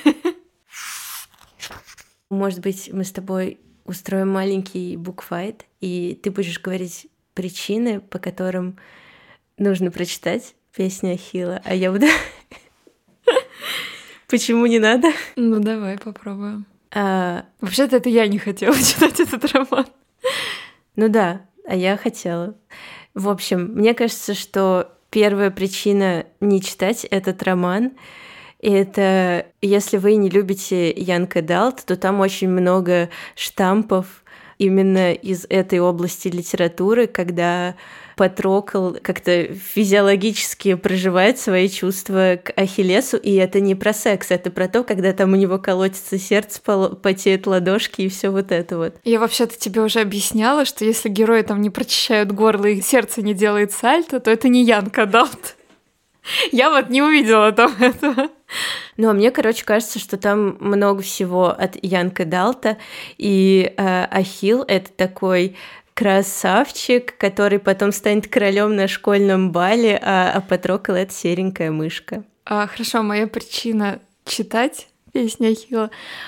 Может быть, мы с тобой устроим маленький букфайт, и ты будешь говорить причины, по которым нужно прочитать песню Ахилла, а я буду... Почему не надо? Ну, давай попробуем. А... Вообще-то это я не хотела читать этот роман. Ну да, а я хотела. В общем, мне кажется, что первая причина не читать этот роман — это если вы не любите Янг Адалт, то там очень много штампов именно из этой области литературы, когда Патрокл как-то физиологически проживает свои чувства к Ахиллесу, и это не про секс, это про то, когда там у него колотится сердце, потеют ладошки и все вот это вот. Я вообще-то тебе уже объясняла, что если герои там не прочищают горло и сердце не делает сальто, то это не Янг Адалт. Я вот не увидела там этого. Ну, а мне, короче, кажется, что там много всего от Янг Адалта, и э, Ахилл — это такой красавчик, который потом станет королем на школьном бале, а, а Патрокл — это серенькая мышка. А, хорошо, моя причина читать песню Ахилла.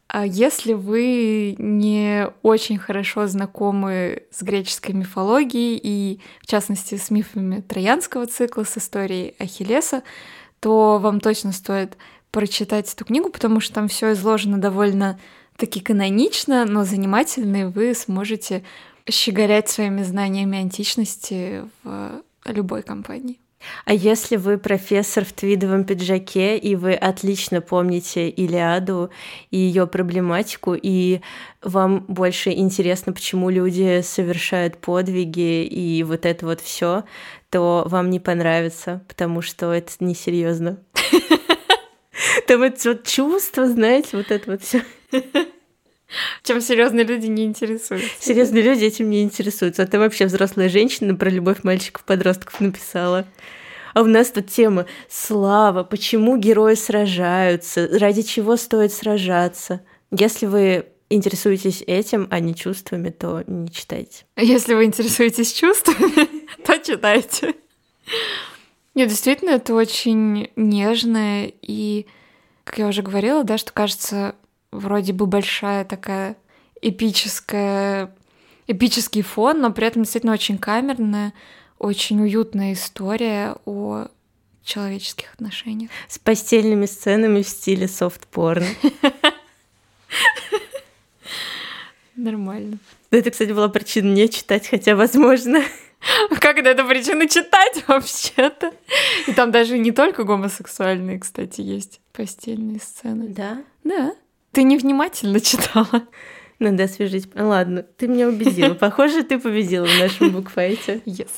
А если вы не очень хорошо знакомы с греческой мифологией и, в частности, с мифами Троянского цикла, с историей Ахиллеса, то вам точно стоит прочитать эту книгу, потому что там все изложено довольно таки канонично, но занимательно, и вы сможете щеголять своими знаниями античности в любой компании. А если вы профессор в твидовом пиджаке, и вы отлично помните Илиаду и ее проблематику, и вам больше интересно, почему люди совершают подвиги и вот это вот все, то вам не понравится, потому что это несерьезно. Там это вот чувство, знаете, вот это вот все. Чем серьезные люди не интересуются. Серьезные люди этим не интересуются. А ты вообще взрослая женщина про любовь мальчиков-подростков написала. А у нас тут тема слава, почему герои сражаются, ради чего стоит сражаться. Если вы интересуетесь этим, а не чувствами, то не читайте. А если вы интересуетесь чувствами, то читайте. Нет, действительно, это очень нежное и, как я уже говорила, да, что кажется, вроде бы большая такая эпическая, эпический фон, но при этом действительно очень камерная, очень уютная история о человеческих отношениях. С постельными сценами в стиле софт-порно. Нормально. Это, кстати, была причина не читать, хотя, возможно... Как это причина читать вообще-то? И там даже не только гомосексуальные, кстати, есть постельные сцены. Да? Да. Ты невнимательно читала. Надо освежить. Ладно, ты меня убедила. Похоже, ты победила в нашем букфайте. Yes.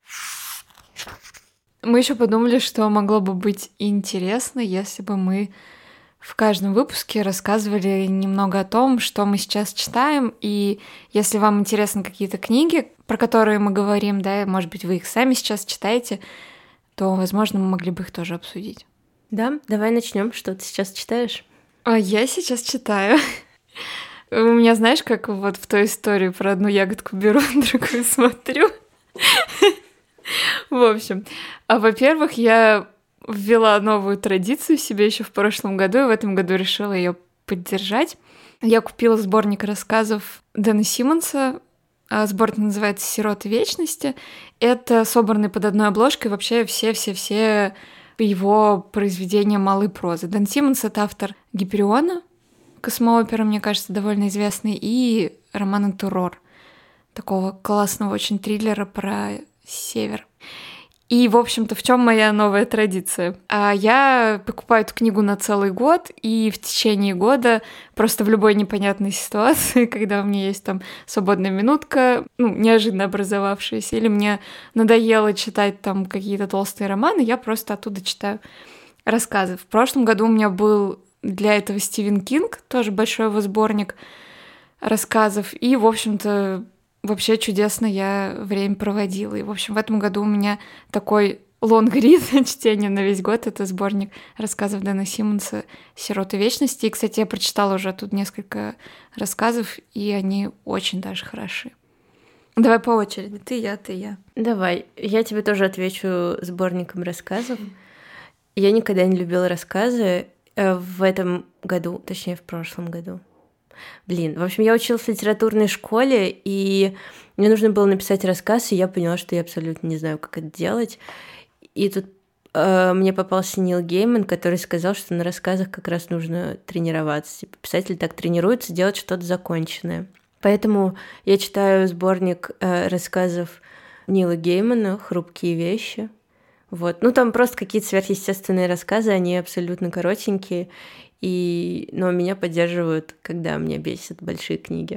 Мы еще подумали, что могло бы быть интересно, если бы мы в каждом выпуске рассказывали немного о том, что мы сейчас читаем, и если вам интересны какие-то книги, про которые мы говорим, да, может быть, вы их сами сейчас читаете, то, возможно, мы могли бы их тоже обсудить. Да, давай начнем. Что ты сейчас читаешь? А я сейчас читаю. У меня, знаешь, как вот в той истории про одну ягодку беру, другую смотрю. В общем, а во-первых, я ввела новую традицию себе еще в прошлом году, и в этом году решила ее поддержать. Я купила сборник рассказов Дэна Симмонса. Сборник называется «Сироты вечности». Это собранные под одной обложкой вообще все-все-все его произведения малой прозы. Дэн Симмонс — это автор «Гипериона», космоопера, мне кажется, довольно известный, и романа «Террор», такого классного очень триллера про север. И, в общем-то, в чем моя новая традиция? Я покупаю эту книгу на целый год, и в течение года просто в любой непонятной ситуации, когда у меня есть там свободная минутка, ну, неожиданно образовавшаяся, или мне надоело читать там какие-то толстые романы, я просто оттуда читаю рассказы. В прошлом году у меня был для этого Стивен Кинг, тоже большой его сборник рассказов, и, в общем-то, вообще чудесно я время проводила. И, в общем, в этом году у меня такой лонгрид чтения на весь год. Это сборник рассказов Дэна Симмонса «Сироты вечности». И, кстати, я прочитала уже тут несколько рассказов, и они очень даже хороши. Давай по очереди. Ты, я, ты, я. Давай. Я тебе тоже отвечу сборником рассказов. Я никогда не любила рассказы. В этом году, точнее, в прошлом году. Блин, в общем, я училась в литературной школе, и мне нужно было написать рассказ, и я поняла, что я абсолютно не знаю, как это делать. И тут э, мне попался Нил Гейман, который сказал, что на рассказах как раз нужно тренироваться. Типа, писатель так тренируется делать что-то законченное. Поэтому я читаю сборник э, рассказов Нила Геймана «Хрупкие вещи». Вот. Ну, там просто какие-то сверхъестественные рассказы, они абсолютно коротенькие, и... но меня поддерживают, когда меня бесят большие книги.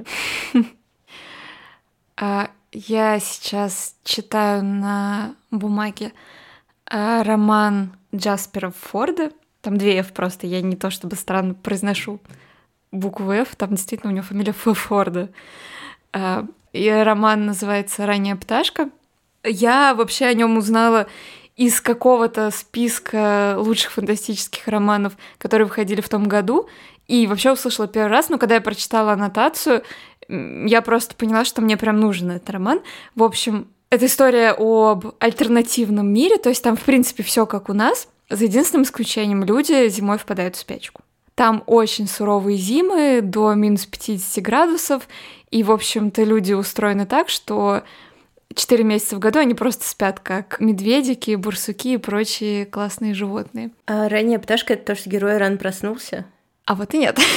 Я сейчас читаю на бумаге роман Джаспера Форда. Там две F просто, я не то чтобы странно произношу букву F, там действительно у него фамилия Форда. И роман называется «Ранняя пташка». Я вообще о нем узнала из какого-то списка лучших фантастических романов, которые выходили в том году, и вообще услышала первый раз, но когда я прочитала аннотацию, я просто поняла, что мне прям нужен этот роман. В общем, это история об альтернативном мире, то есть там, в принципе, все как у нас, за единственным исключением: люди зимой впадают в спячку. Там очень суровые зимы, до минус пятьдесят градусов, и, в общем-то, люди устроены так, что четыре месяца в году они просто спят, как медведики, бурсуки и прочие классные животные. А ранняя пташка — это то, что герой рано проснулся? А вот и нет.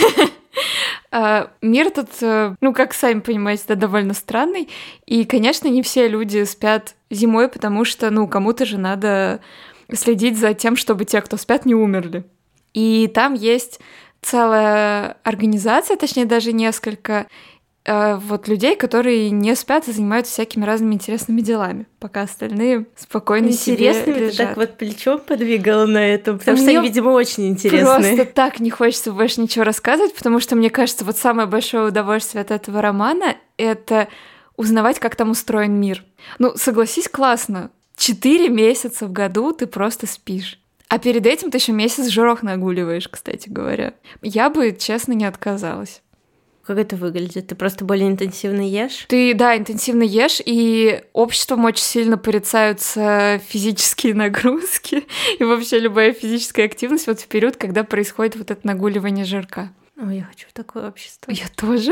Мир тут, ну, как сами понимаете, да, довольно странный. И, конечно, не все люди спят зимой, потому что, ну, кому-то же надо следить за тем, чтобы те, кто спят, не умерли. И там есть целая организация, точнее, даже несколько вот людей, которые не спят и занимаются всякими разными интересными делами, пока остальные спокойно интересно, себе лежат. Интересно, ты так вот плечом подвигала на этом, потому что мне они, видимо, очень интересные. Просто так не хочется больше ничего рассказывать, потому что, мне кажется, вот самое большое удовольствие от этого романа — это узнавать, как там устроен мир. Ну, согласись, классно. Четыре месяца в году ты просто спишь. А перед этим ты еще месяц жирок нагуливаешь, кстати говоря. Я бы, честно, не отказалась. Как это выглядит? Ты просто более интенсивно ешь? Ты, да, интенсивно ешь, и обществом очень сильно порицаются физические нагрузки и вообще любая физическая активность вот в период, когда происходит вот это нагуливание жирка. Ой, я хочу в такое общество. Я тоже.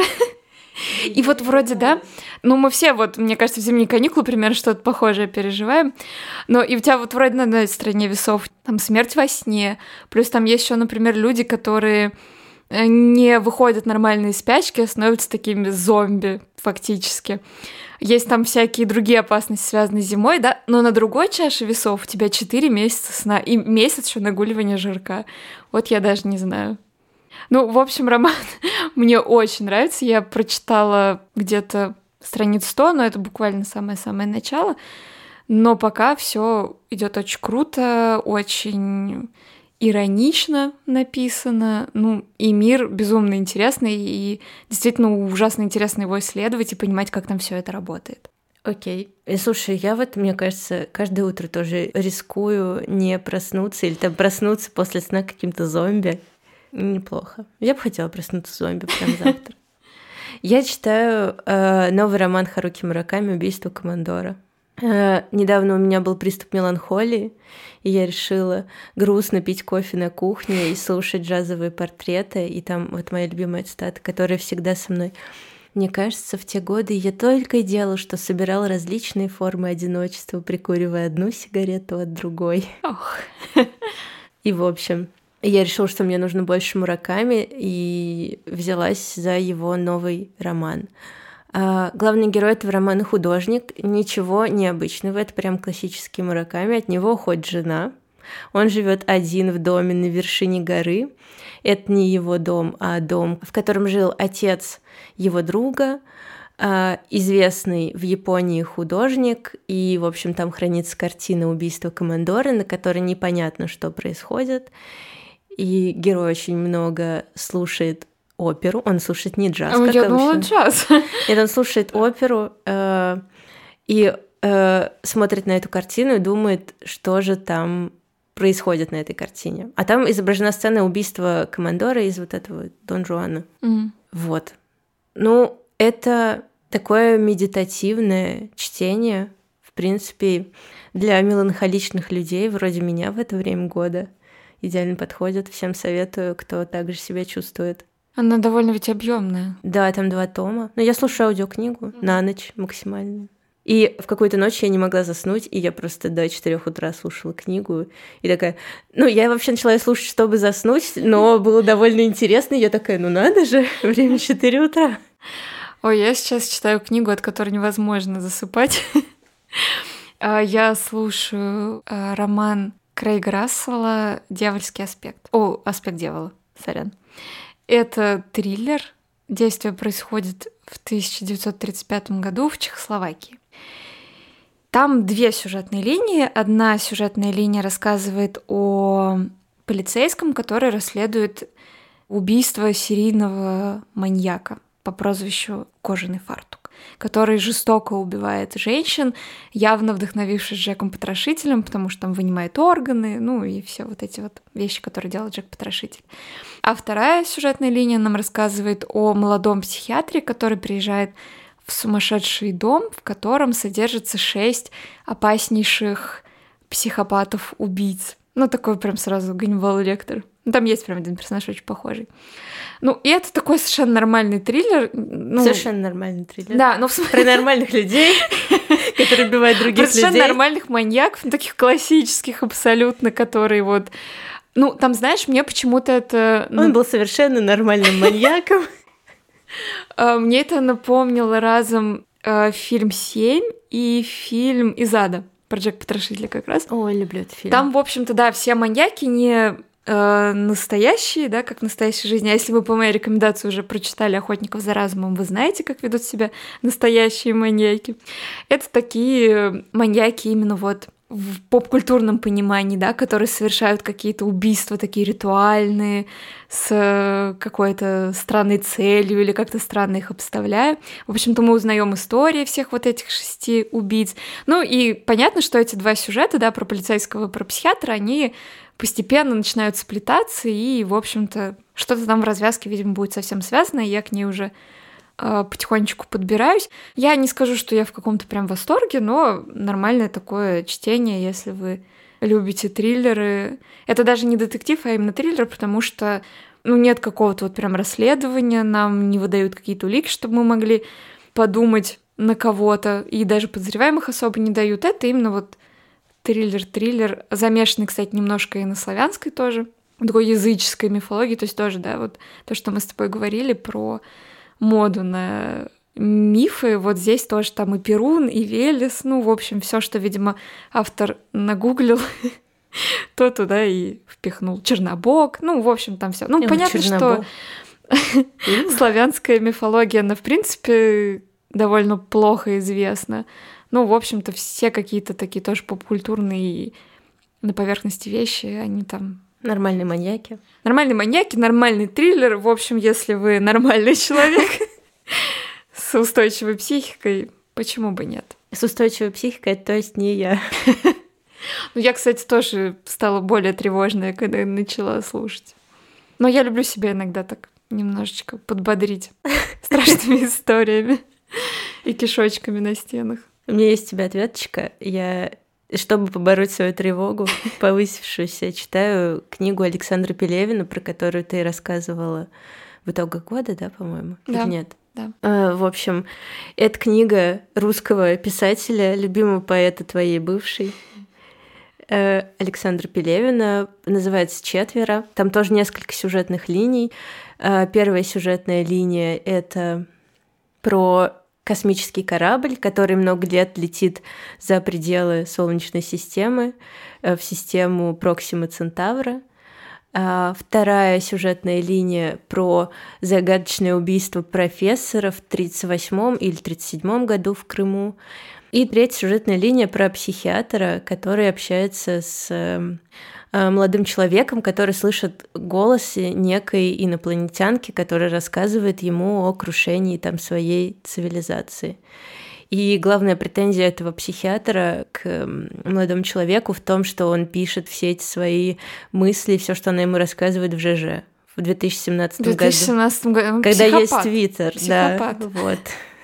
И вот вроде, да, ну мы все вот, мне кажется, в зимние каникулы примерно что-то похожее переживаем, но и у тебя вот вроде на одной стороне весов там смерть во сне, плюс там есть еще, например, люди, которые не выходят нормально из спячки, а становятся такими зомби фактически. Есть там всякие другие опасности, связанные с зимой, да, но на другой чаше весов у тебя четыре месяца сна и месяц еще нагуливания жирка. Вот я даже не знаю. Ну, в общем, роман мне очень нравится. Я прочитала где-то страниц сто, но это буквально самое-самое начало. Но пока все идет очень круто, очень иронично написано. Ну, и мир безумно интересный, и действительно ужасно интересно его исследовать и понимать, как там все это работает. Окей. И слушай, я вот, мне кажется, каждое утро тоже рискую не проснуться или там проснуться после сна каким-то зомби. Неплохо. Я бы хотела проснуться зомби прямо завтра. Я читаю э, новый роман Харуки Мураками «Убийство командора». Э, недавно у меня был приступ меланхолии, и я решила грустно пить кофе на кухне и слушать джазовые портреты. И там вот моя любимая цитата, которая всегда со мной. Мне кажется, в те годы я только и делала, что собирала различные формы одиночества, прикуривая одну сигарету от другой. Ох. И, в общем, я решила, что мне нужно больше Мураками, и взялась за его новый роман. А главный герой этого романа — художник, ничего необычного, это прям классический Мураками. От него уходит жена, он живет один в доме на вершине горы. Это не его дом, а дом, в котором жил отец его друга, известный в Японии художник, и, в общем, там хранится картина «Убийство командора», на которой непонятно, что происходит. И герой очень много слушает оперу. Он слушает не джаз, а как я обычно. думала, джаз. Нет, он слушает оперу э, и э, смотрит на эту картину и думает, что же там происходит на этой картине. А там изображена сцена убийства командора из вот этого Дон Жуана. Mm. Вот. Ну, это такое медитативное чтение, в принципе, для меланхоличных людей вроде меня в это время года. Идеально подходит. Всем советую, кто также себя чувствует. Она довольно ведь объемная. Да, там два тома. Но я слушаю аудиокнигу mm-hmm. на ночь максимально. И в какую-то ночь я не могла заснуть, и я просто до четырёх утра слушала книгу. И такая... Ну, я вообще начала ее слушать, чтобы заснуть, но было довольно интересно. И я такая, ну надо же, время четыре утра. Ой, я сейчас читаю книгу, от которой невозможно засыпать. Я слушаю роман Крейга Рассела «Дьявольский аспект». О, «Аспект дьявола», сорян. Это триллер. Действие происходит в тысяча девятьсот тридцать пятом году в Чехословакии. Там две сюжетные линии. Одна сюжетная линия рассказывает о полицейском, который расследует убийство серийного маньяка по прозвищу Кожаный фартук, который жестоко убивает женщин, явно вдохновившись Джеком Потрошителем, потому что там вынимает органы, ну и все вот эти вот вещи, которые делает Джек Потрошитель. А вторая сюжетная линия нам рассказывает о молодом психиатре, который приезжает в сумасшедший дом, в котором содержится шесть опаснейших психопатов-убийц. Ну, такой прям сразу Ганнибал Лектор Ну, там есть прям один персонаж очень похожий. Ну, и это такой совершенно нормальный триллер. Ну, совершенно нормальный триллер. Да, но в смысле... Про нормальных людей, которые убивают других людей. Про совершенно нормальных маньяков, таких классических абсолютно, которые вот... Ну, там, знаешь, мне почему-то это... Он был совершенно нормальным маньяком. Мне это напомнило разом фильм «Семь» и фильм «Из ада» про Джека-потрошителя как раз. Ой, люблю этот фильм. Там, в общем-то, да, все маньяки не э, настоящие, да, как в настоящей жизни. А если вы по моей рекомендации уже прочитали «Охотников за разумом», вы знаете, как ведут себя настоящие маньяки. Это такие маньяки именно вот в поп-культурном понимании, да, которые совершают какие-то убийства такие ритуальные, с какой-то странной целью или как-то странно их обставляя. В общем-то, мы узнаем истории всех вот этих шести убийц. Ну и понятно, что эти два сюжета, да, про полицейского и про психиатра, они постепенно начинают сплетаться, и, в общем-то, что-то там в развязке, видимо, будет совсем связано, и я к ней уже потихонечку подбираюсь. Я не скажу, что я в каком-то прям восторге, но нормальное такое чтение, если вы любите триллеры. Это даже не детектив, а именно триллер, потому что ну, нет какого-то вот прям расследования, нам не выдают какие-то улики, чтобы мы могли подумать на кого-то, и даже подозреваемых особо не дают. Это именно вот триллер-триллер, замешанный, кстати, немножко и на славянской тоже, такой языческой мифологии, то есть тоже, да, вот то, что мы с тобой говорили про моду на мифы, вот здесь тоже там и Перун, и Велес, ну, в общем, все, что, видимо, автор нагуглил, то туда и впихнул. Чернобог, ну, в общем, там все. Ну, понятно, что славянская мифология, она, в принципе, довольно плохо известна. Ну, в общем-то, все какие-то такие тоже попкультурные на поверхности вещи, они там... Нормальные маньяки. Нормальные маньяки, нормальный триллер. В общем, если вы нормальный человек с устойчивой психикой, почему бы нет? С устойчивой психикой, то есть не я. Ну, я, кстати, тоже стала более тревожная, когда начала слушать. Но я люблю себя иногда так немножечко подбодрить страшными историями и кишочками на стенах. У меня есть у тебя ответочка. Я... Чтобы побороть свою тревогу, повысившуюся, читаю книгу Александра Пелевина, про которую ты рассказывала в итогах года, да, по-моему? Да. Или нет? Да. А, в общем, это книга русского писателя, любимого поэта твоей бывшей, Александра Пелевина, называется «Четверо». Там тоже несколько сюжетных линий. Первая сюжетная линия — это про космический корабль, который много лет летит за пределы Солнечной системы, в систему Проксима Центавра. А вторая сюжетная линия про загадочное убийство профессора в тридцать восьмом или тридцать седьмом году в Крыму. И третья сюжетная линия про психиатра, который общается с молодым человеком, который слышит голос некой инопланетянки, которая рассказывает ему о крушении там своей цивилизации. И главная претензия этого психиатра к молодому человеку в том, что он пишет все эти свои мысли, все, что она ему рассказывает в ЖЖ в две тысячи семнадцатом году. В две тысячи семнадцатом году. Когда Психопат. есть Твиттер. Психопат. Да, вот.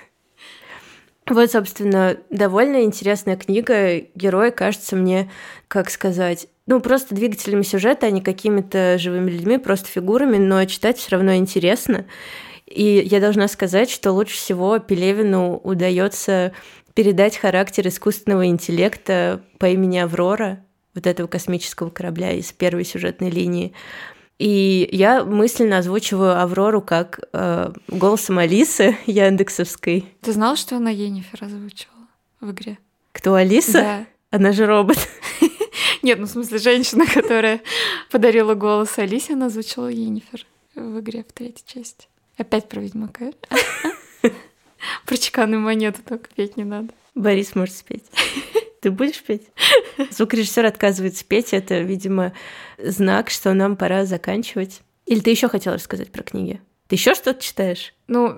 Вот, собственно, довольно интересная книга. Герои, кажется мне, как сказать, ну, просто двигателями сюжета, а не какими-то живыми людьми, просто фигурами, но читать все равно интересно. И я должна сказать, что лучше всего Пелевину удается передать характер искусственного интеллекта по имени Аврора, вот этого космического корабля из первой сюжетной линии. И я мысленно озвучиваю Аврору как э, голосом Алисы яндексовской. Ты знала, что она Йеннифер озвучивала в игре? Кто, Алиса? Да. Она же робот. Нет, ну в смысле женщина, которая подарила голос Алисе, она озвучила Йеннифер в игре в третьей части. Опять про Ведьмака. Про чеканную монету только петь не надо. Борис может спеть. Ты будешь петь? Звукорежиссер отказывается петь. Это, видимо, знак, что нам пора заканчивать. Или ты еще хотела рассказать про книги? Ты еще что-то читаешь? Ну,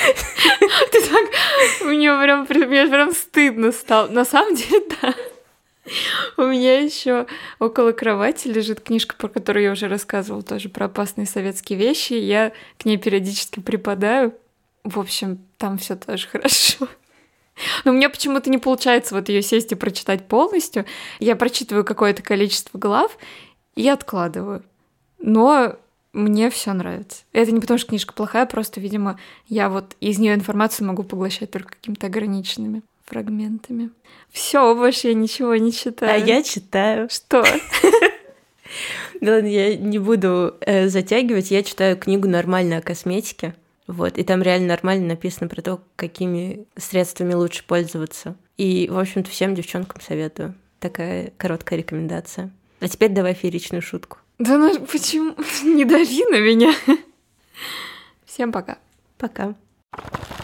ты так... Мне прям, мне прям стыдно стало. На самом деле, да. У меня еще около кровати лежит книжка, про которую я уже рассказывала, тоже про опасные советские вещи. Я к ней периодически припадаю. В общем, там все тоже хорошо. Но у меня почему-то не получается вот ее сесть и прочитать полностью. Я прочитываю какое-то количество глав и откладываю. Но мне все нравится. Это не потому, что книжка плохая, просто, видимо, я вот из нее информацию могу поглощать только какими-то ограниченными фрагментами. Все, больше я ничего не читаю. А я читаю. Что? Да ладно, я не буду э, затягивать. Я читаю книгу «Нормально о косметике». Вот, и там реально нормально написано про то, какими средствами лучше пользоваться. И, в общем-то, всем девчонкам советую. Такая короткая рекомендация. А теперь давай фееричную шутку. Да ну почему? Не дави на меня. Всем пока. Пока.